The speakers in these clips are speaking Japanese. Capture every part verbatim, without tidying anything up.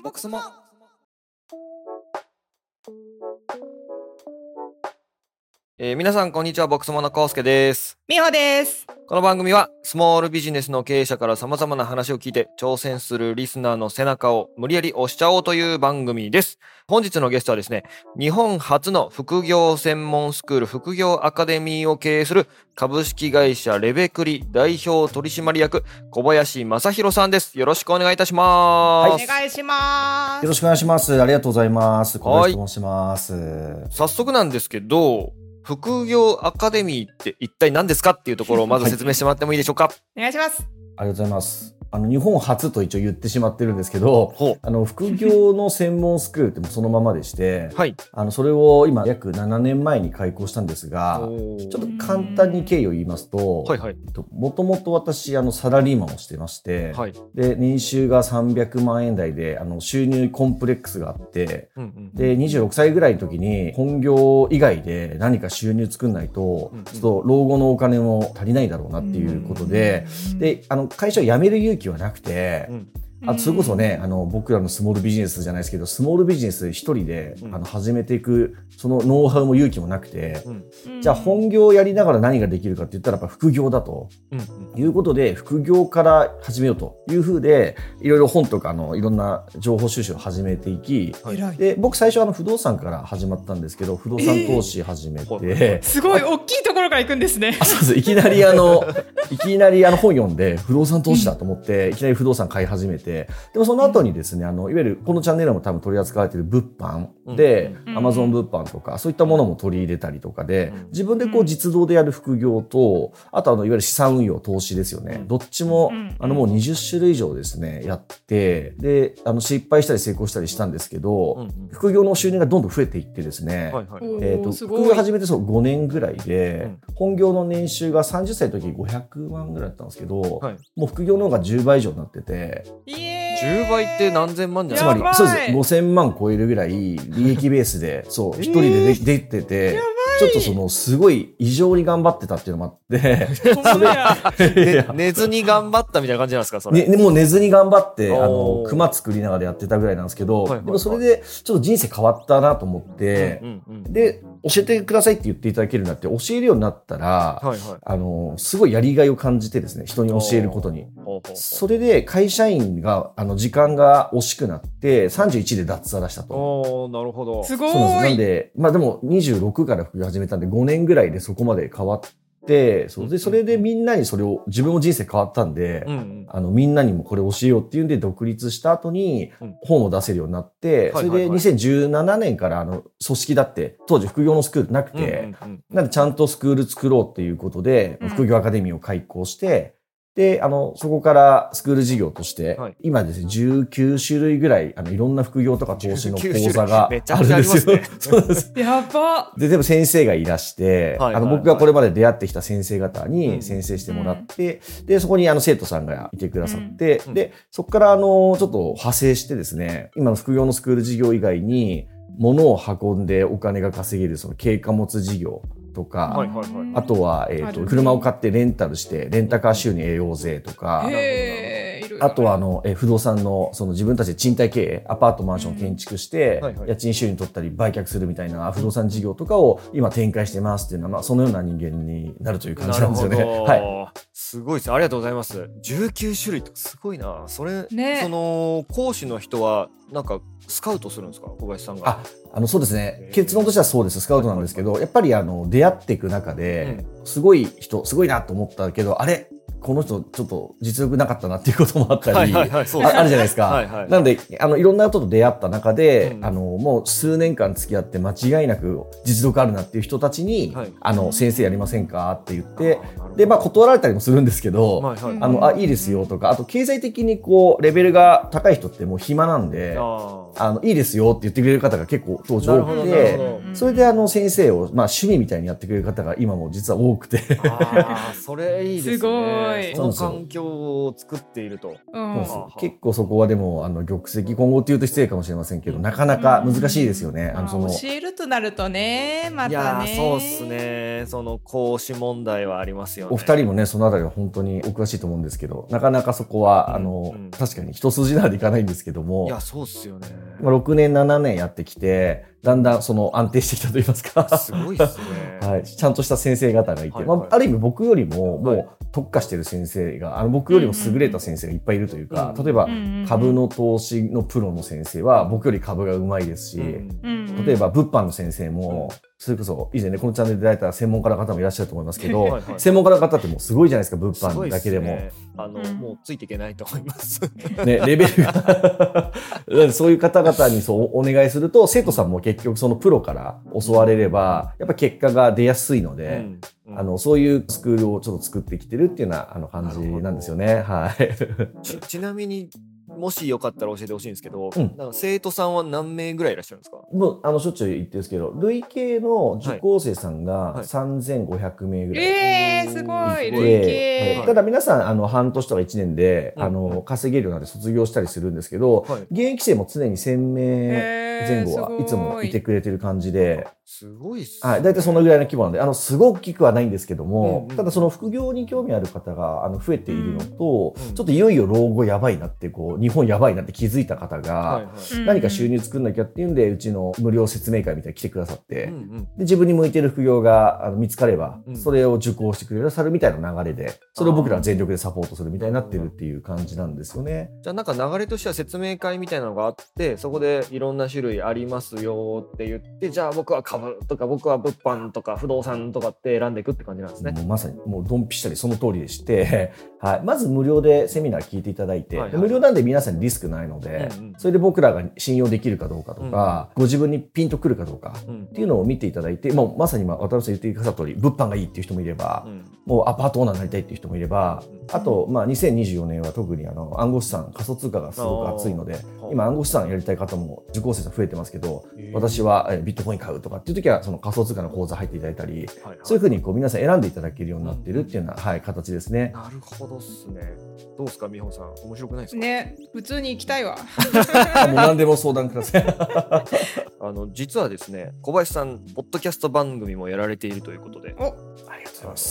ボックスもえー、皆さんこんにちは。ボックスモのコウスケです。 みほです。 この番組はスモールビジネスの経営者から様々な話を聞いて挑戦するリスナーの背中を無理やり押しちゃおうという番組です。本日のゲストはですね、日本初の副業専門スクール副業アカデミーを経営する株式会社レベクリ代表取締役小林正弘さんです。よろしくお願いいたします。 はい、お願いします。 よろしくお願いします。ありがとうございます。小林と申します。 早速なんですけど、副業アカデミーって一体何ですかっていうところをまず説明してもらってもいいでしょうか。 お願いします。 ありがとうございます。あの日本初と一応言ってしまってるんですけど、あの副業の専門スクールってもそのままでして、はい、あのそれを今約ななねんまえに開講したんですが、ちょっと簡単に経緯を言いますと、はいはい、もともと私あのサラリーマンをしてまして、はい、で年収がさんびゃくまんえん台であの収入コンプレックスがあって、うんうん、でにじゅうろくさいぐらいの時に本業以外で何か収入作んないと、うんうん、ちょっと老後のお金も足りないだろうなっていうことで、うん、であの会社を辞める勇気はなくて、うん、あそれこそねあの僕らのスモールビジネスじゃないですけどスモールビジネス一人で、うん、あの始めていくそのノウハウも勇気もなくて、うん、じゃあ本業をやりながら何ができるかって言ったらやっぱ副業だと、うん、いうことで副業から始めようというふうでいろいろ本とかあのいろんな情報収集を始めていき、はい、で僕最初はあの不動産から始まったんですけど不動産投資始めて、えー、すごい大きいところから行くんですね。 あそうです。いきなりあのいきなりあの本読んで不動産投資だと思って、うん、いきなり不動産買い始めて、でもその後にですね、あのいわゆるこのチャンネルも多分取り扱われている物販で、うん、Amazon 物販とかそういったものも取り入れたりとかで、うん、自分でこう実動でやる副業と、あとあのいわゆる資産運用投資ですよね、うん、どっちも、うん、あのもうにじゅっしゅるい以上ですねやって、であの失敗したり成功したりしたんですけど、うん、副業の収入がどんどん増えていってですね、はいはい、えーと、副業始めてそうごねんぐらいで、うん、本業の年収がさんじゅっさいの時ごひゃくまんぐらいだったんですけど、はい、もう副業の方がじゅうばい以上になってて、 イエーイじゅうばいって何千万じゃつまりそうですごせんまん超えるぐらい利益ベースでそう一人でで出てて、ちょっとそのすごい異常に頑張ってたっていうのもあってそれね、寝ずに頑張ったみたいな感じなんですかそれ、 ね、もう寝ずに頑張ってあの熊作りながらやってたぐらいなんですけど、はいはいはい、でもそれでちょっと人生変わったなと思って、うんうんうん、で教えてくださいって言っていただけるようになって教えるようになったら、はいはい、あのすごいやりがいを感じてですね、人に教えることに。それで会社員があの時間が惜しくなってさんじゅういちで脱サラしたと。 おー、なるほど。 すごい。 そうなんです。なんでまあでもにじゅうろくから副業始めたんでごねんぐらいでそこまで変わってで、それで、それでみんなにそれを、自分も人生変わったんで、うんうん、あの、みんなにもこれ教えようっていうんで独立した後に本を出せるようになって、うん、それでにせんじゅうななねんからあの、組織だって、当時副業のスクールなくて、うんうんうん、なんでちゃんとスクール作ろうっていうことで、うん、副業アカデミーを開講して、で、あの、そこからスクール事業として、はい、今ですね、じゅうきゅうしゅるいぐらい、あの、いろんな副業とか投資の講座があるんですよ。そうです。 やば。 で、全部先生がいらして、はいはいはい、あの、僕がこれまで出会ってきた先生方に先生してもらって、うん、で、そこにあの、生徒さんがいてくださって、うん、で、そこからあの、ちょっと派生してですね、今の副業のスクール事業以外に、物を運んでお金が稼げるその軽貨物事業とか、はいはいはい、あとは、えーと、車を買ってレンタルしてレンタカー収入得ようぜとか、あとはあの、えー、不動産のその自分たちで賃貸経営、アパートマンションを建築して、うんはいはい、家賃収入取ったり売却するみたいな不動産事業とかを今展開してますっていうのは、まあ、そのような人間になるという感じなんですよね。はい。 すごいです。ありがとうございます。じゅうきゅうしゅるいってすごいな。それ、ね、その講師の人はなんかスカウトするんですか、小林さんが。 あ、あのそうですね。結論としてはそうです。スカウトなんですけど、やっぱりあの出会っていく中で、うん、すごい人、すごいなと思ったけど、あれこの人ちょっと実力なかったなっていうこともあったり、はいはいはい、そうあるじゃないですか。はいはい、なのであのいろんな人と出会った中で、うん、あのもう数年間付き合って間違いなく実力あるなっていう人たちに、はい、あの先生やりませんかって言って、でまあ断られたりもするんですけど、はいはい、あのあいいですよとか、あと経済的にこうレベルが高い人ってもう暇なんで、ああのいいですよって言ってくれる方が結構当時多くて、それであの先生をまあ趣味みたいにやってくれる方が今も実は多くて、 あそれいいですね。 すごい。 い。 その環境を作っていると。 うん、 結構そこはでもあの玉石混合っていうと失礼かもしれませんけど、なかなか難しいですよね。 うん、あのその教えるとなるとね、またね。 いやそうですね。その講師問題はありますよね。 お二人もね、そのあたりは本当にお詳しいと思うんですけど、なかなかそこは、うん、あの、うん、確かに一筋縄でいかないんですけども。 いや、そうっすよね。 まあ、ろくねん、ななねんやってきて、だんだんその安定してきたと言いますか。 すごいですね。 はい。ちゃんとした先生方がいて、はいはい、まあ、ある意味僕よりももう特化してる先生が、あの僕よりも優れた先生がいっぱいいるというか、うん、例えば株の投資のプロの先生は僕より株がうまいですし、うん、例えば物販の先生も、それこそ以前ね、このチャンネルで出られた専門家の方もいらっしゃると思いますけど、はいはい、専門家の方ってもうすごいじゃないですか、物販だけでも。 ね、あの、うん、もうついていけないと思います。 ね、レベルが。そういう方々にそうお願いすると、生徒さんも結局そのプロから教われれば、やっぱ結果が出やすいので、うんうん、あの、そういうスクールをちょっと作ってきてるっていうようなあの感じなんですよね。はい。 ち、ちなみに、もしよかったら教えてほしいんですけど、うん、なんか生徒さんは何名ぐらいいらっしゃるんですか？ もうあのしょっちゅう言ってるんですけど、累計の受講生さんがさんぜんごひゃくめいぐらい、はいはい、 えー、すごい累計、 はい、ただ皆さんあの半年とかいちねんで、うん、あの稼げるようになって卒業したりするんですけど、はい、現役生も常にせんめいぜん後はいつもいてくれてる感じで、 すごいっすね。 はい、大体そのぐらいの規模なんで、あのすごく大きくはないんですけども、うんうん、ただその副業に興味ある方があの増えているのと、うん、ちょっといよいよ老後やばいなってこう日本やばいなって気づいた方が、はいはい、何か収入作んなきゃっていうんで、うちの無料説明会みたいに来てくださって、うんうん、で自分に向いてる副業があの見つかれば、うん、それを受講してくれるさるみたいな流れで、それを僕らは全力でサポートするみたいになってるっていう感じなんですよね。 じゃあなんか流れとしては説明会みたいなのがあって、そこでいろんな種類ありますよって言って、じゃあ僕は株とか僕は物販とか不動産とかって選んでいくって感じなんですね。 もうまさにもうドンピシャリその通りでして、はい、まず無料でセミナー聞いていただいて、はいはい、無料なんで皆さんにリスクないので、うんうん、それで僕らが信用できるかどうかとか、うん、ご自分にピンとくるかどうかっていうのを見ていただいて、もうまさに今渡辺さん言ってくださった通り、物販がいいっていう人もいれば、うん、もうアパートオーナーになりたいっていう人もいれば、うん、あと、まあ、にせんにじゅうよねんは特にあの暗号資産仮想通貨がすごく熱いので、今暗号資産やりたい方も受講生さん増えてますけど、私はビットコイン買うとかっていう時はその仮想通貨の口座入っていただいたり、はいはい、そういうふうにこう皆さん選んでいただけるようになってるっていうような、はい、形ですね。 なるほどっすね。どうですか美穂さん、面白くないですかね。普通に行きたいわ。 もう何でも相談ください。 あの実はですね、小林さんポッドキャスト番組もやられているということで、 お、ありがとうございます。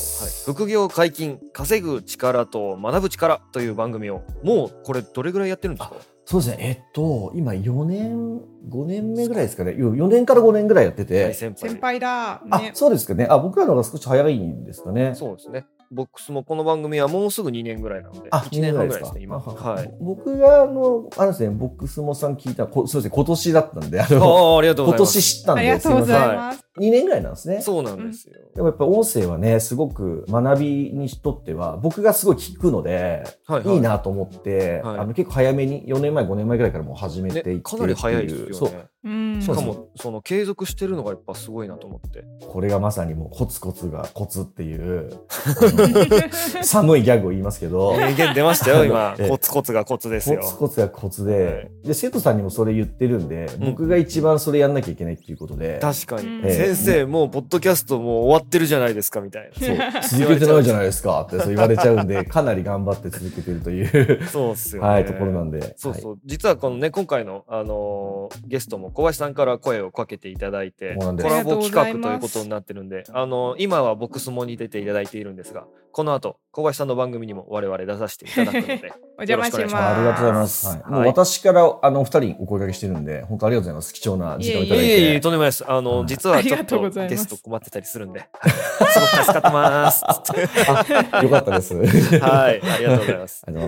はい、副業解禁、稼ぐ力と学ぶ力という番組をもうこれどれぐらいやってるんですか？ そうですね。えっと今よねんごねんめぐらいですかね。よねんからごねんぐらいやってて。 先輩、先輩だ、ね。 あ、そうですかね。あ、僕らの方が少し早いんですかね。 そうですね。ボックスもこの番組はもうすぐにねんぐらいなので、あ、いちねんはんぐらいですね、今。はい。 僕が、あの、あれですね、ボックスもさん聞いた、こそうですね、今年だったんで、あの、あありがとうございます。 今年知ったんで、 ありがとうございます。 にねんぐらいなんですね。 そうなんですよ。 でもやっぱ音声はね、すごく学びにとっては、僕がすごい聞くので、はいはい、いいなと思って、はい、あの結構早めに、よねんまえ、ごねんまえぐらいからもう始めていって、ね、 かなり早いですよね。そう。 うん、 しかも、その継続してるのがやっぱすごいなと思って。 これがまさにもうコツコツがコツっていう、寒いギャグを言いますけど。 名言出ましたよ、今。コツコツがコツですよ。 コツコツがコツで、はい、で、生徒さんにもそれ言ってるんで、うん、僕が一番それやんなきゃいけないっていうことで。 確かに。えー、先生、もう、ポッドキャストもう終わってるじゃないですか、みたいな。 そう。続けてないじゃないですかってそう言われちゃうんで、かなり頑張って続けてるという。 そうっすよね。 はい、ところなんで。 そうそう。はい、実はこのね、今回の、あのー、ゲストも小林さんから声をかけていただいて、コラボ企画ということになってるんで、あのー、今はボックスモに出ていただいているんですが、この後、小林さんの番組にも我々出させていただくので、 お邪魔します。 ありがとうございます。はい、もう私からあのふたりにお声掛けしてるんで、本当ありがとうございます。貴重な時間をいただいて。 いえいえ、とんでもないです。あの、はい、実はちょっとゲスト困ってたりするんで、すごく助かってます。 あ、よかったです。 はい、ありがとうございます。 ありがとうございます。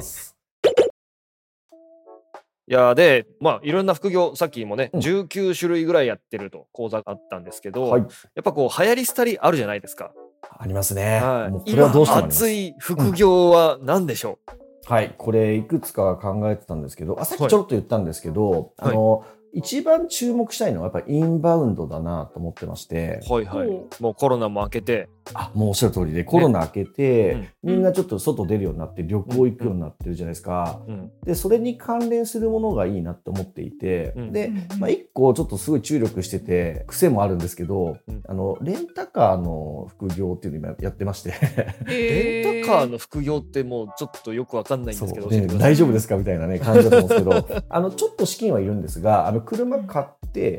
いやで、まあいろんな副業、さっきもね、うん、じゅうきゅうしゅるいぐらいやってると講座があったんですけど、はい、やっぱこう流行り廃りあるじゃないですか。 ありますね。 はい、もうこれはどうしてもあります。今熱い副業は何でしょう？ うん、はい、これいくつか考えてたんですけど、あ、さっきちょろっと言ったんですけど、はい、あの、 一番注目したいのはやっぱりインバウンドだなと思ってまして。 はいはい。もうコロナも明けて。 あ、もうおっしゃる通りで、コロナ明けて、ね、うん、みんなちょっと外出るようになって旅行行くようになってるじゃないですか。うん、で、それに関連するものがいいなって思っていて、うん、で、まあ一個ちょっとすごい注力してて、癖もあるんですけど、うん、あの、レンタカーの副業っていうのを今やってまして。 レンタカーの副業ってもうちょっとよくわかんないんですけど、 ね、大丈夫ですかみたいなね、感じだと思うんですけど、あの、ちょっと資金はいるんですが、あの、車買って、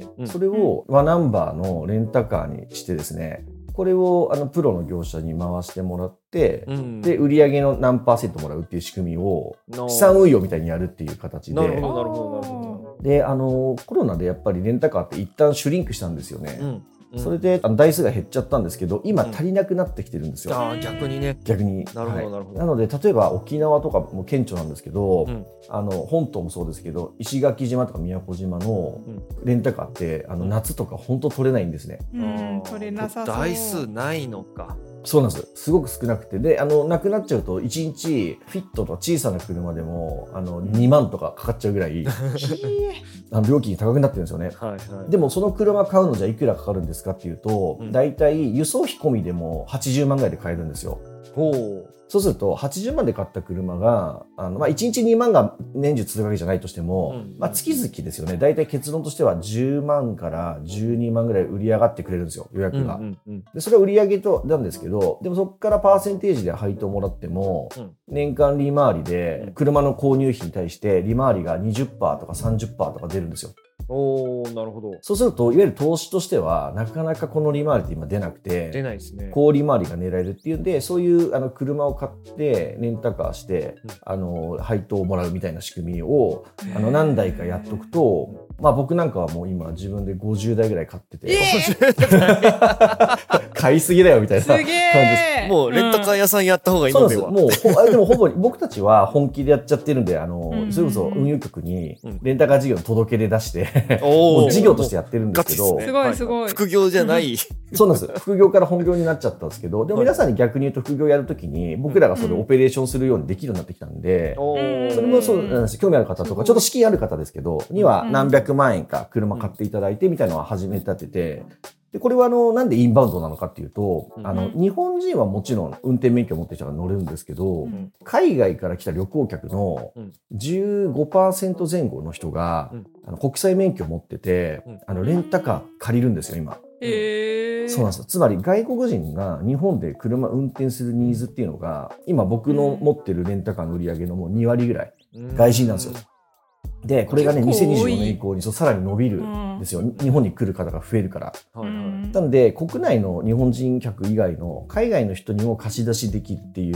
それをワナンバーのレンタカーにしてですね、これをあのプロの業者に回してもらって、うん、で売上の何パーセントもらうっていう仕組みを資産運用みたいにやるっていう形で。 なるほどなるほどなるほど。で、あのコロナでやっぱりレンタカーって一旦シュリンクしたんですよね。うんうん、それであの台数が減っちゃったんですけど、今足りなくなってきてるんですよ。 うん、あ、逆にね。 逆に。 なるほどなるほど。 なので例えば沖縄とかも顕著なんですけど、うん、あの本島もそうですけど、石垣島とか宮古島のレンタカーってあの夏とか本当取れないんですね。 うん、取れなさそう。 台数ないのか。 そうなんです。すごく少なくて。で、あの、なくなっちゃうと、いちにち、フィットと小さな車でも、あの、にまんとかかかっちゃうぐらい、あの料金高くなってるんですよね。はいはい、でも、その車買うのじゃいくらかかるんですかっていうと、だいたい輸送費込みでもはちじゅうまんぐらいで買えるんですよ。ほう。そうすると、はちじゅうまんで買った車が、あの、まあ、いちにちにまんが年中続くわけじゃないとしても、うん、まあ、月々ですよね。だいたい結論としてはじゅうまんからじゅうにまんぐらい売り上がってくれるんですよ、予約が。うんうんうん、でそれは売り上げとなんですけど、でもそこからパーセンテージで配当もらっても、うん、年間利回りで、車の購入費に対して利回りが にじゅっパーセント とか さんじゅっパーセント とか出るんですよ。 おー、なるほど。 そうすると、いわゆる投資としては、なかなかこの利回りって今出なくて、 出ないですね。 高利回りが狙えるっていうんで、そういうあの車を買って、レンタカーして、うん、あの、配当をもらうみたいな仕組みを、あの、何台かやっとくと、まあ僕なんかはもう今自分でごじゅうだいぐらい買ってて、買いすぎだよみたいな感じです。 もうレンタカー屋さんやった方がいいのでは、うん、 そうなんです。もう、でもほぼ僕たちは本気でやっちゃってるんで、あの、それこそ運輸局にレンタカー事業の届け出出して、もう事業としてやってるんですけど、 すごいすごい。 副業じゃない。 そうなんです。副業から本業になっちゃったんですけど、でも皆さんに逆に言うと副業やるときに僕らがそれをオペレーションするようにできるようになってきたんで、それもそうなんです。興味ある方とか、ちょっと資金ある方ですけど、には何百万円か車買っていただいてみたいなのは始め立てて、でこれはあのなんでインバウンドなのかっていうと、うん、あの日本人はもちろん運転免許を持ってる人が乗れるんですけど、うん、海外から来た旅行客の じゅうごパーセント 前後の人が、うん、あの国際免許を持ってて、うん、あのレンタカー借りるんですよ今。 へー。 そうなんですよ。つまり外国人が日本で車運転するニーズっていうのが今僕の持ってるレンタカーの売り上げのもうにわりぐらい外人なんですよ。で、これがね、にせんにじゅうよねん以降にそうさらに伸びるんですよ。日本に来る方が増えるから。はいはい、なので、国内の日本人客以外の海外の人にも貸し出しできるっていう、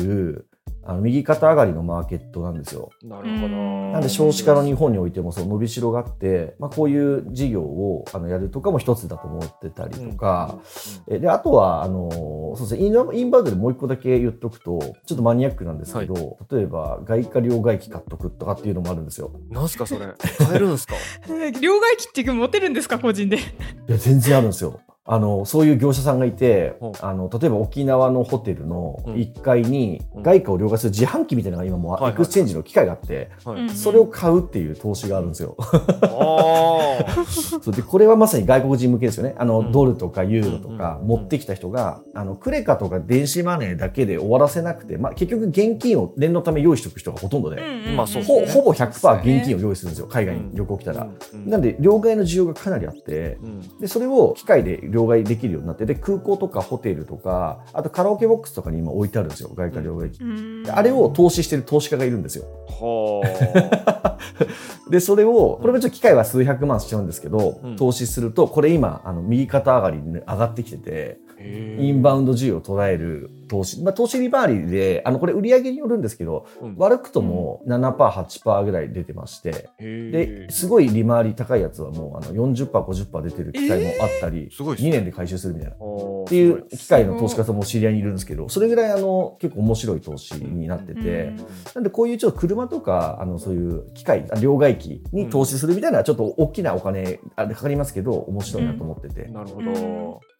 あの右肩上がりのマーケットなんですよ。 なるほど。 なんで少子化の日本においてもそう伸びしろがあって、まあ、こういう事業をあのやるとかも一つだと思ってたりとか、うんうん、であとはあのそうですね、インバウンドでもう一個だけ言っとくとちょっとマニアックなんですけど、はい、例えば外貨両替機買っとくとかっていうのもあるんですよ。 なんすかそれ、買えるんですか両替機って持てるんですか個人で。いや全然あるんですよ。あのそういう業者さんがいて、あの例えば沖縄のホテルのいっかいに外貨を両替する自販機みたいなのが今もエクスチェンジの機械があって、それを買うっていう投資があるんですよ。そうでこれはまさに外国人向けですよね。あの、うん、ドルとかユーロとか持ってきた人が、あのクレカとか電子マネーだけで終わらせなくて、まあ、結局現金を念のため用意しておく人がほとんどで、うんうんまあそうですね、ほ, ほぼ ひゃくパーセント 現金を用意するんですよ、海外に旅行来たら、うんうん、なんで両替の需要がかなりあって、うん、でそれを機械で両替できるようになって、で空港とかホテルとかあとカラオケボックスとかに今置いてあるんですよ、外貨両替機、うん、あれを投資してる投資家がいるんですよ。はでそれをこれもちょっと機械は数百万しちゃうんですけど、うん、投資するとこれ今あの右肩上がりに、ね、上がってきてて、インバウンド需要を捉える投資、まあ、投資利回りであのこれ売上によるんですけど、うん、悪くとも ななパーセント、はちパーセント ぐらい出てまして、ですごい利回り高いやつはもうあの よんじゅっパーセント、ごじゅっパーセント 出てる機会もあったり、すごいにねんで回収するみたいなっていう機械の投資家さんも知り合いにいるんですけど、それぐらいあの結構面白い投資になってて、なんでこういうちょっと車とかあのそういう機械両替機に投資するみたいなちょっと大きなお金かかりますけど面白いなと思ってて、 うん、なるほど。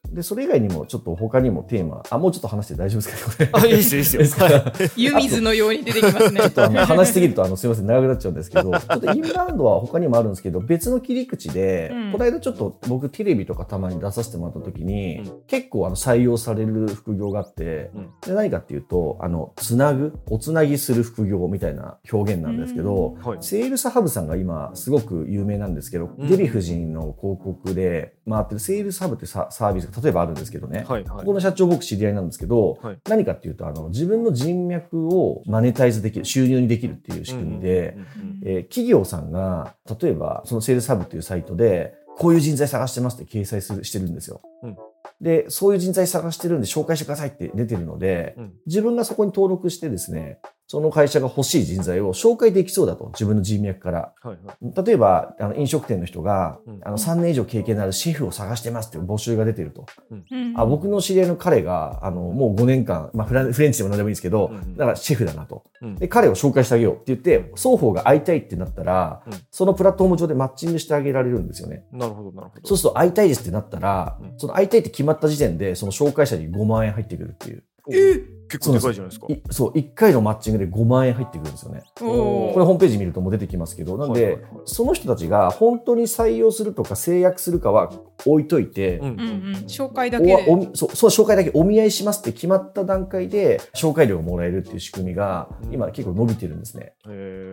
でそれ以外にもちょっと他にもテーマ、あ、もうちょっと話して大丈夫ですかね。 あ、いいですよ、いいですよ。 湯水のように出てきますね。 ちょっとあの話しすぎるとあのすみません長くなっちゃうんですけど、ちょっとインバウンドは他にもあるんですけど、別の切り口で、うん、この間ちょっと僕テレビとかたまに出させてもらった時に、うん、結構あの採用される副業があって、うん、で何かっていうと、あのつなぐ、おつなぎする副業みたいな表現なんですけど、うん、はい、セールスハブさんが今すごく有名なんですけど、うん、デヴィ夫人の広告で回ってるセールスハブってサービスが例えばあるんですけどね、はいはい、ここの社長僕知り合いなんですけど、はい、何かっていうとあの自分の人脈をマネタイズできる、収入にできるっていう仕組みで、えー、企業さんが例えばそのセールスハブっていうサイトでこういう人材探してますって掲載するしてるんですよ、うん、でそういう人材探してるんで紹介してくださいって出てるので、うん、自分がそこに登録してですね、その会社が欲しい人材を紹介できそうだと、自分の人脈から、はいはい、例えばあの飲食店の人が、うん、あのさんねん以上経験のあるシェフを探してますっていう募集が出てると、うん、あ、僕の知り合いの彼があのもうごねんかん、まあ、フラン、フレンチでも何でもいいんですけど、うん、だからシェフだなと、うん、で彼を紹介してあげようって言って双方が会いたいってなったら、うん、そのプラットフォーム上でマッチングしてあげられるんですよね。 なるほどなるほど。 そうすると会いたいですってなったら、うん、その会いたいって決まった時点でその紹介者にごまんえん入ってくるっていう。 えー結構でかいじゃないですか。 そう、いっかいのマッチングでごまんえん入ってくるんですよね。これホームページ見るともう出てきますけど、なんで、はいはいはい、その人たちが本当に採用するとか制約するかは置いといて、うんうんうん、 紹介だけでおおそう、そう、紹介だけお見合いしますって決まった段階で紹介料がもらえるっていう仕組みが今結構伸びてるんですね。うん、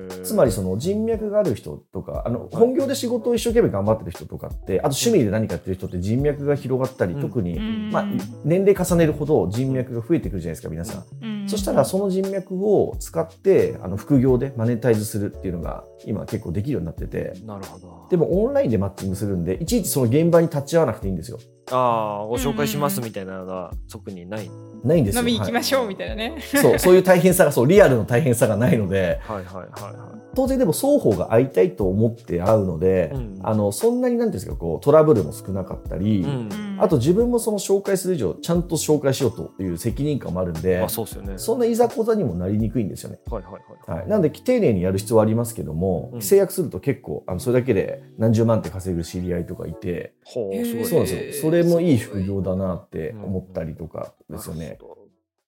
つまりその人脈がある人とか、あの本業で仕事を一生懸命頑張ってる人とかって、あと趣味で何かやってる人って人脈が広がったり、うん、特に、まあ、年齢重ねるほど人脈が増えてくるじゃないですか、皆さん。うん、そしたらその人脈を使ってあの副業でマネタイズするっていうのが今結構できるようになってて、 なるほど。 でもオンラインでマッチングするんでいちいちその現場に立ち会わなくていいんですよ。 ああ、ご紹介しますみたいなのが特にない、 ないんですよ。 飲み行きましょうみたいなね、 はい、そう、そういう大変さが、そう、リアルの大変さがないので、 はいはいはいはい、 当然でも双方が会いたいと思って会うので、うん、あのそんなになんていうんですか、こうトラブルも少なかったり、うん、あと自分もその紹介する以上ちゃんと紹介しようという責任感もあるんで、 まあ、そうですよね、 そんないざこざにもなりにくいんですよね。 はいはいはいはい、なので丁寧にやる必要はありますけども、うん、制約すると結構あのそれだけで何十万って稼ぐ知り合いとかいて、 ほう、すごい、 そうなんですよ。それもいい副業だなって思ったりとかですよね。うん、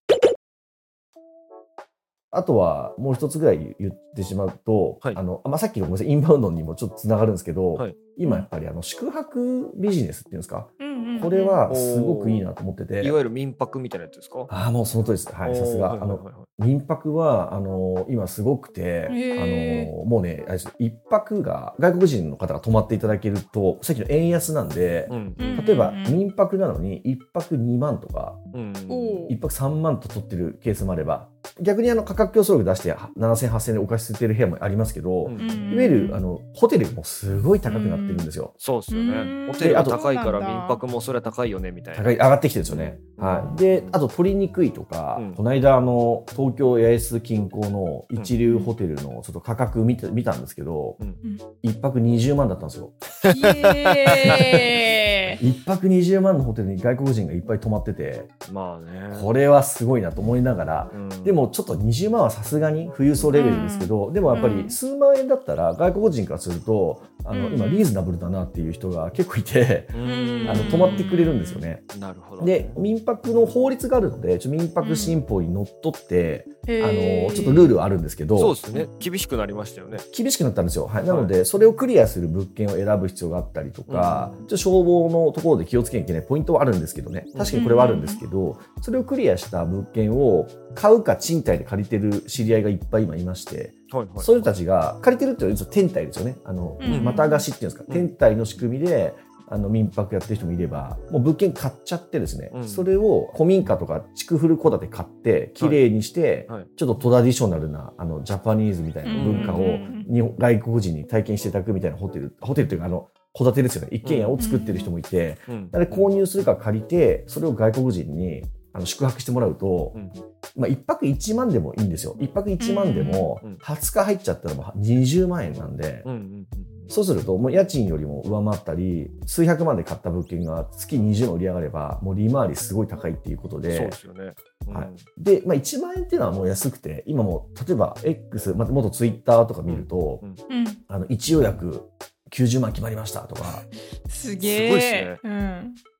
あとはもう一つぐらい言ってしまうと、はい、あのまあ、さっきのごめんなさいインバウンドにもちょっとつながるんですけど、はい、今やっぱりあの宿泊ビジネスっていうんですか、うんうんうん、これはすごくいいなと思ってて、 いわゆる民泊みたいなやつですか？ ああ、もうその通りです。はい、さすが。あの民泊はあの今すごくて、あのもうね、あれです一泊が外国人の方が泊まっていただけると、さっきの円安なんで、うん、例えば民泊なのにいっぱくにまんとか、うん、いっぱくさんまんと取ってるケースもあれば、逆にあの価格競争力出してななせんはっせんえんでお貸ししてる部屋もありますけど、うん、いわゆるあのホテルもすごい高くなってるんですよ。 うん、そうですよね。ホテルが高いから民泊もそれは高いよねみたいな。 高い、上がってきてるんですよね。うん、はい。で、あと取りにくいとか、うん、この間あの東京八重洲近郊の一流ホテルのちょっと価格見て見たんですけど、うん、いっぱくにじゅうまんだったんですよ。イエーイいっぱくにじゅうまんのホテルに外国人がいっぱい泊まってて、まあね、これはすごいなと思いながら、うん、でもちょっとにじゅうまんはさすがに富裕層レベルですけど、うん、でもやっぱり数万円だったら外国人からするとあの、うん、今リーズナブルだなっていう人が結構いて、うん、あの泊まってくれるんですよね。 なるほど。 で、民泊の法律があるので、ちょ民泊新法にのっとって、うん、あのちょっとルールはあるんですけど、 そうですね、厳しくなりましたよね。 厳しくなったんですよ。はい、なので、はい、それをクリアする物件を選ぶ必要があったりとか、うん、ちょっと消防のところで気をつけなきゃいけないポイントはあるんですけどね、確かにこれはあるんですけど、うん、それをクリアした物件を買うか賃貸で借りてる知り合いがいっぱい今いまして、はいはいはい、そういう人たちが借りてるっていうのは天体ですよね。あの、うん、また貸しっていうんですか、うん、天体の仕組みであの民泊やってる人もいれば、もう物件買っちゃってですね、うん、それを古民家とか築古戸建て買って綺麗にして、はいはい、ちょっとトラディショナルなあのジャパニーズみたいな文化を日本外国人に体験していただくみたいなホテル、ホテルというかあの戸建てですよね、一軒家を作ってる人もいて、うん、で購入するか借りてそれを外国人にあの宿泊してもらうと、うん、まあ、いっぱくいちまんでもいいんですよ。いっぱくいちまんでもはつか入っちゃったらもうにじゅうまんえんなんで、うんうんうん、そうするともう家賃よりも上回ったり、数百万で買った物件が月にじゅうまん売り上がればもう利回りすごい高いっていうことで、 そうですよね。うん、 はい。で、まあ、いちまんえんっていうのはもう安くて、今も例えば X、まあ、元ツイッターとか見ると、うんうん、あのいち予約きゅうじゅうまん決まりましたとか、 すげえ。すごいですね。うん、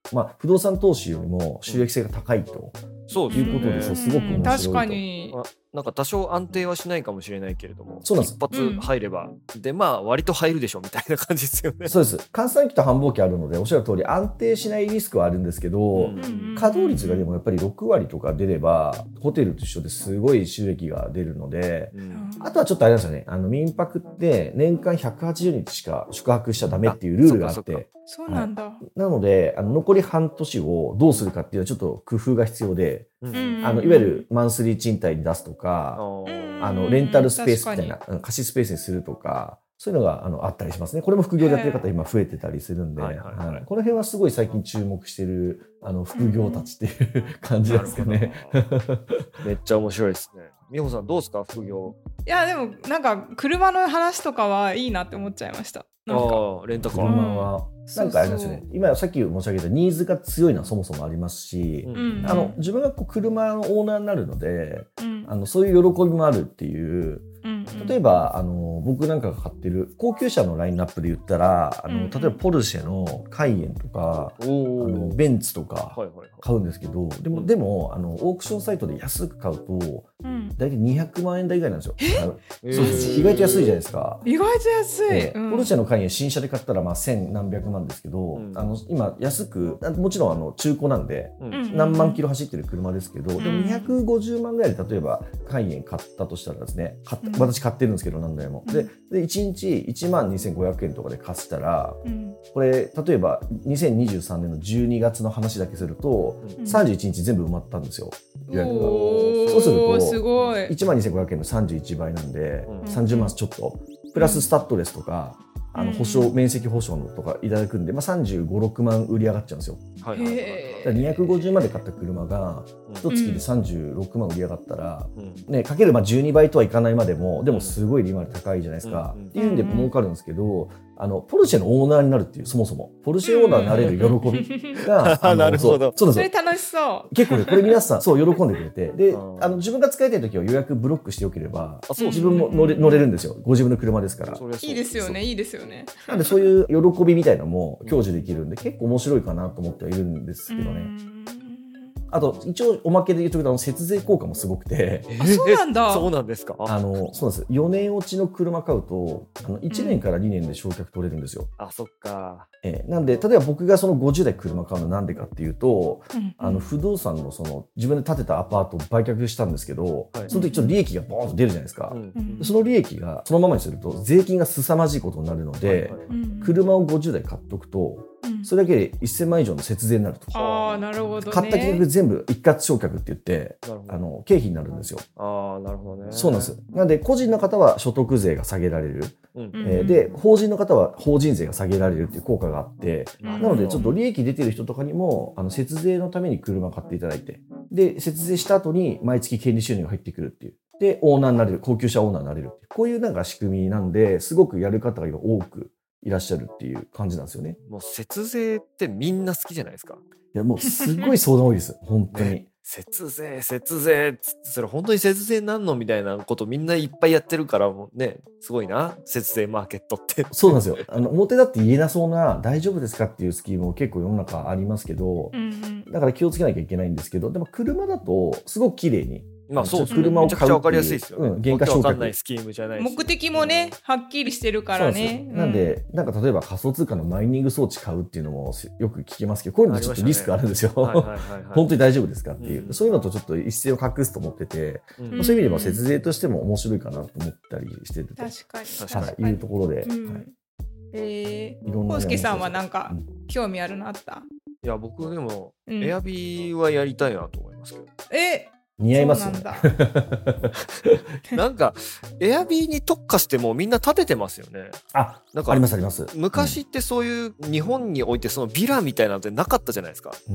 まあ、不動産投資よりも収益性が高いと、 そういうことです、すごく面白いと。 確かに。 なんか多少安定はしないかもしれないけれども、 そうなんです。 一発入れば、うん、でまあ割と入るでしょみたいな感じですよね。 そうです。換算機と繁忙期あるのでおっしゃる通り安定しないリスクはあるんですけど、うん、稼働率がでもやっぱりろくわりとか出ればホテルと一緒ですごい収益が出るので、うん、あとはちょっとあれなんですよね、あの民泊って年間ひゃくはちじゅうにちしか宿泊しちゃダメっていうルールがあって、 そうなんだ、はい、 なのであの残り半年をどうするかっていうのはちょっと工夫が必要で、うん、あのいわゆるマンスリー賃貸に出すとか、あのレンタルスペースみたいな貸しスペースにするとか、そういうのがあのあったりしますね。これも副業でやってる方今増えてたりするんで、はいはいはい、この辺はすごい最近注目してるあの副業たちっていう感じですかね。 めっちゃ面白いですね。美穂さんどうですか副業？ いやでもなんか車の話とかはいいなって思っちゃいました。なんかあレンタカー車はなんかあれなんですよね。今さっき申し上げたニーズが強いのはそもそもありますし、うん、あの自分がこう車のオーナーになるので、うん、あのそういう喜びもあるっていう。例えばあの僕なんかが買ってる高級車のラインナップで言ったらあの例えばポルシェのカイエンとかあのベンツとか買うんですけど、でもでもあのオークションサイトで安く買うとだいたいにひゃくまんえん台以外なんですよ。 えそう意外と安いじゃないですか。 意外と安い、 えーうん、ポルシェのカイエン新車で買ったらまあ千何百万ですけど、うん、あの今安くもちろんあの中古なんで、うん、何万キロ走ってる車ですけど、うん、でもにひゃくごじゅうまんぐらいで例えばカイエン買ったとしたらですね、買った、私買ってるんですけど何台も、うん、で, でいちにちいちまんにせんごひゃくえんとかで貸したら、うん、これ例えばにせんにじゅうさんねんのじゅうにがつの話だけすると、うん、さんじゅういちにち全部埋まったんですよ、予約が。そうするとすごいいちまんにせんごひゃくえんのさんじゅういちばいなんで、うん、さんじゅうまんちょっとプラススタッドレスとか、あの保証面積保証のとかいただくんで、まあ、さんじゅうご、ろくまん売り上がっちゃうんですよ。はいはいはい、だからにひゃくごじゅうまんで買った車がいちがつでさんじゅうろくまん売り上がったら、うんね、かけるまあじゅうにばいとはいかないまでもでもすごい利回り高いじゃないですか、うんうん、っていうんで儲かるんですけど、あのポルシェのオーナーになるっていうそもそもポルシェオーナーになれる喜びがなるほど、 そうそれ楽しそう。 結構ねこれ皆さんそう喜んでくれて、であの自分が使いたい時は予約ブロックしておければ自分も乗れ、乗れるんですよ。ご自分の車ですから。 いいですよね、いいですよね。 なんでそういう喜びみたいなのも享受できるんで結構面白いかなと思ってはいるんですけどね。あと一応おまけで言うとあの節税効果もすごくて、 あ、そうなんだ。 そうなんですか。 あのそうなんです。よねん落ちの車買うとあのいちねんからにねんで償却取れるんですよ。 うん、あ、そっか。 えー、なんで例えば僕がそのごじゅうだい車買うのなんでかっていうと、うん、あの不動産のその自分で建てたアパートを売却したんですけど、はい、その時ちょっと利益がボーンと出るじゃないですか、うん、その利益がそのままにすると税金が凄まじいことになるので、はいはいはい、車をごじゅうだい買っとくとそれだけでせんまん以上の節税になると。 ああ、なるほどね。 買った金額全部一括償却って言ってあの経費になるんですよ。 ああ、なるほどね。 そうなんです。なので個人の方は所得税が下げられる、うんえー、で法人の方は法人税が下げられるっていう効果があって、うん、なのでちょっと利益出てる人とかにもあの節税のために車を買っていただいて、で節税した後に毎月権利収入が入ってくるっていう、でオーナーになれる、高級車オーナーになれるっていう、こういうなんか仕組みなんですごくやる方が今多くいらっしゃるっていう感じなんですよね。 もう節税ってみんな好きじゃないですか。 いやもうすごい相談多いです本当に、ね、 節税節税つってそれ本当に節税なんのみたいなことみんないっぱいやってるからもうね、すごいな節税マーケットってそうなんですよ。あの表だって言えなそうな大丈夫ですかっていうスキームも結構世の中ありますけど、うんうん、だから気をつけなきゃいけないんですけど、でも車だとすごく綺麗にまあそうですね、 車を買うっていう、めちゃくちゃ分かりやすいですよね。うん、 原価償却。 わかんないスキームじゃないし。 目的もね、はっきりしてるからね。 な, なんで、うん、なんか例えば仮想通貨のマイニング装置買うっていうのもよく聞きますけど、こういうのちょっとリスクあるんですよ。ねはいはいはいはい、本当に大丈夫ですかっていう、うん、そういうのとちょっと一線を画すと思ってて、うん、そういう意味でも節税としても面白いかなと思ったりしてると。 確かに。 確かに。いうところで。うんはい、 えー、コウスケさんはなんか興味あるのあった？ いや、僕でも、うん、エアビーはやりたいなと思いますけど。 え似合いますよね。 なんかエアビーに特化してもみんな建ててますよね。 あ、なんかありますあります。 昔ってそういう日本においてそのビラみたいなのってなかったじゃないですか。 うん、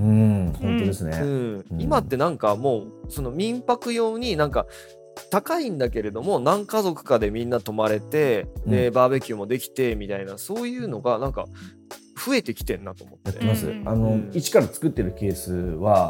本当ですね。 うんうん、今ってなんかもうその民泊用になんか高いんだけれども何家族かでみんな泊まれて、でバーベキューもできてみたいな、そういうのがなんか増えてきてんなと思って。 やってます。あの、うん、一から作ってるケースは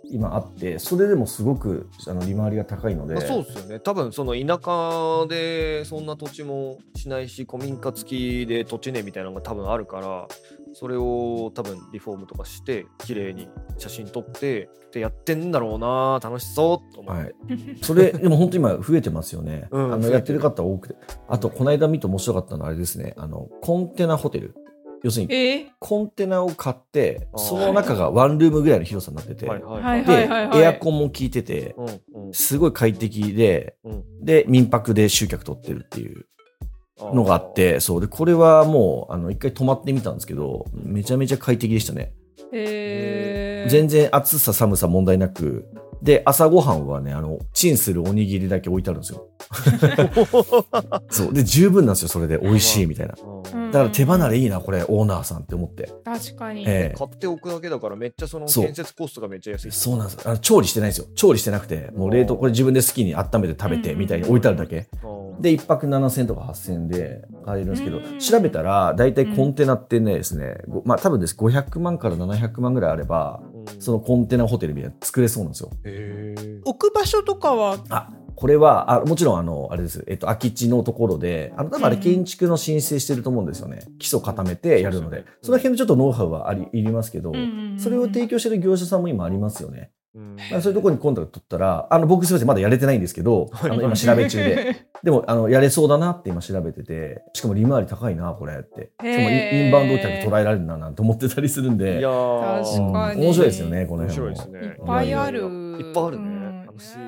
今あって、それでもすごくあの利回りが高いので、 まあ、そうですよね。多分その田舎でそんな土地もしないし、古民家付きで土地ねみたいなのが多分あるから、それを多分リフォームとかして綺麗に写真撮ってってやってんだろうな、楽しそうと思って、はい、 それでも本当に今増えてますよね、うん、あのやってる方多くて、あとこの間見て面白かったのはあれですね、あのコンテナホテル、要するに、えー、コンテナを買ってその中がワンルームぐらいの広さになってて、はいはい、でエアコンも効いてて、うんうん、すごい快適で、うん、で民泊で集客取ってるっていうのがあって、そうでこれはもうあの一回泊まってみたんですけど、めちゃめちゃ快適でしたね。へー、全然暑さ寒さ問題なく、で朝ごはんはね、あのチンするおにぎりだけ置いてあるんですよそうで十分なんですよ、それで美味しいみたいな。だから手離れいいなこれオーナーさんって思って。 確かに、 えー、買っておくだけだからめっちゃその建設コストがめっちゃ安い。 そうなんです。あの調理してないんですよ。調理してなくて、もう冷凍これ自分で好きに温めて食べてみたいに置いてあるだけ、うん、でいっぱくななせんとかはっせんで買えるんですけど、調べたらだいたいコンテナってねですね、まあ多分ですごひゃくまんからななひゃくまんぐらいあれば、うん、そのコンテナホテルみたいな作れそうなんですよ。 へー、置く場所とかは、 あこれはあもちろんあのあれです、えっと、空き地のところで、あの多分あれ建築の申請してると思うんですよね、基礎固めてやるので、その辺のちょっとノウハウはありいりますけど、それを提供してる業者さんも今ありますよね。うん、そういうところにコンタクト取ったら、あの僕すみませんまだやれてないんですけど、あの今調べ中ででもあのやれそうだなって今調べてて、しかも利回り高いなこれって、しかもインバウンド客捉えられるななんて思ってたりするんで、いやー確かに、 うん、面白いですよねこの辺も。 面白いですね。いっぱいある、 いっぱいあるね、うん、楽しい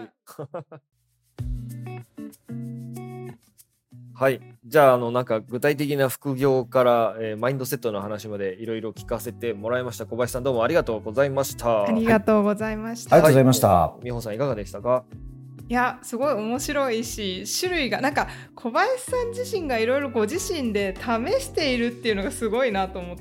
はい、じゃあ、あのなんか具体的な副業から、えー、マインドセットの話までいろいろ聞かせてもらいました。小林さんどうもありがとうございました。 ありがとうございました。 はい、ありがとうございました。 美穂さんいかがでしたか？ いやすごい面白いし、種類がなんか小林さん自身がいろいろご自身で試しているっていうのがすごいなと思って、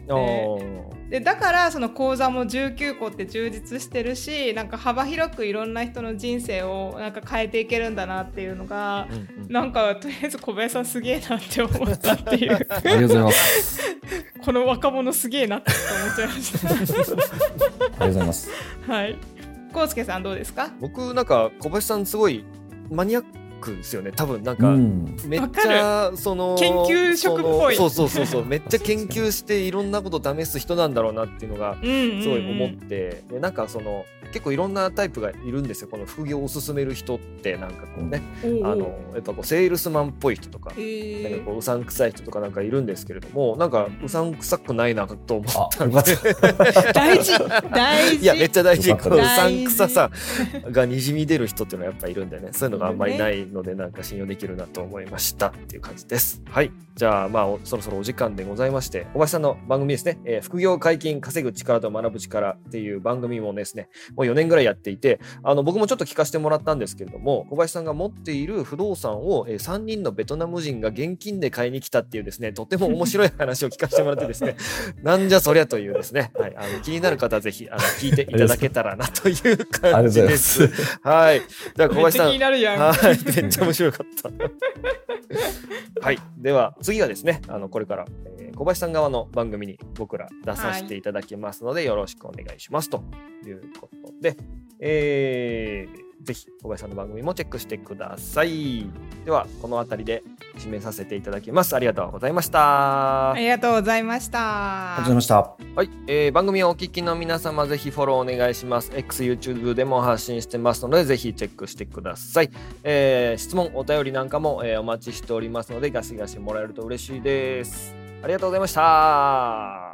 でだからその講座もじゅうきゅうこって充実してるし、なんか幅広くいろんな人の人生をなんか変えていけるんだなっていうのが、うんうん、なんかとりあえず小林さんすげえなって思ったっていうありがとうございますこの若者すげえなって思っちゃいましたありがとうございます。 はい、康介さんどうですか？ 僕なんか小林さんすごいマニアックですよね。多分なんか、うん、めっちゃその研究職っぽい、 そうそうそうそうめっちゃ研究していろんなことを試す人なんだろうなっていうのがすごい思って、でなんかその結構いろんなタイプがいるんですよ、この副業を進める人って。なんかこうね、うん、あのやっぱこうセールスマンっぽい人とか、えー、なんかこううさんくさい人とかなんかいるんですけれども、なんかうさんくさくないなと思ったんで大事大事、 いやめっちゃ大事、このうさんくささがにじみ出る人っていうのはやっぱいるんでね、そういうのがあんまりないので、なんか信用できるなと思いましたっていう感じです。はい、じゃあまあそろそろお時間でございまして、小林さんの番組ですね、えー、副業解禁稼ぐ力と学ぶ力っていう番組もですね、もうよねんぐらいやっていて、あの僕もちょっと聞かせてもらったんですけれども、小林さんが持っている不動産を、えー、さんにんのベトナム人が現金で買いに来たっていうですね、とても面白い話を聞かせてもらってですねなんじゃそりゃというですね、はい、あの気になる方はぜひあの聞いていただけたらなという感じです。はい、じゃあ小林さん、 めっちゃ気になるやん。 はい、めっちゃ面白かったはい、では次はですね、あのこれから、えー、小林さん側の番組に僕ら出させていただきますので、はい、よろしくお願いしますということで、えー、ぜひ小林さんの番組もチェックしてください。ではこのあたりで締めさせていただきます。ありがとうございました。 ありがとうございました。 ありがとうございました。 はい、えー、番組をお聞きの皆様ぜひフォローお願いします。 X、YouTube でも発信してますのでぜひチェックしてください。えー、質問お便りなんかも、えー、お待ちしておりますのでガシガシもらえると嬉しいです。ありがとうございました。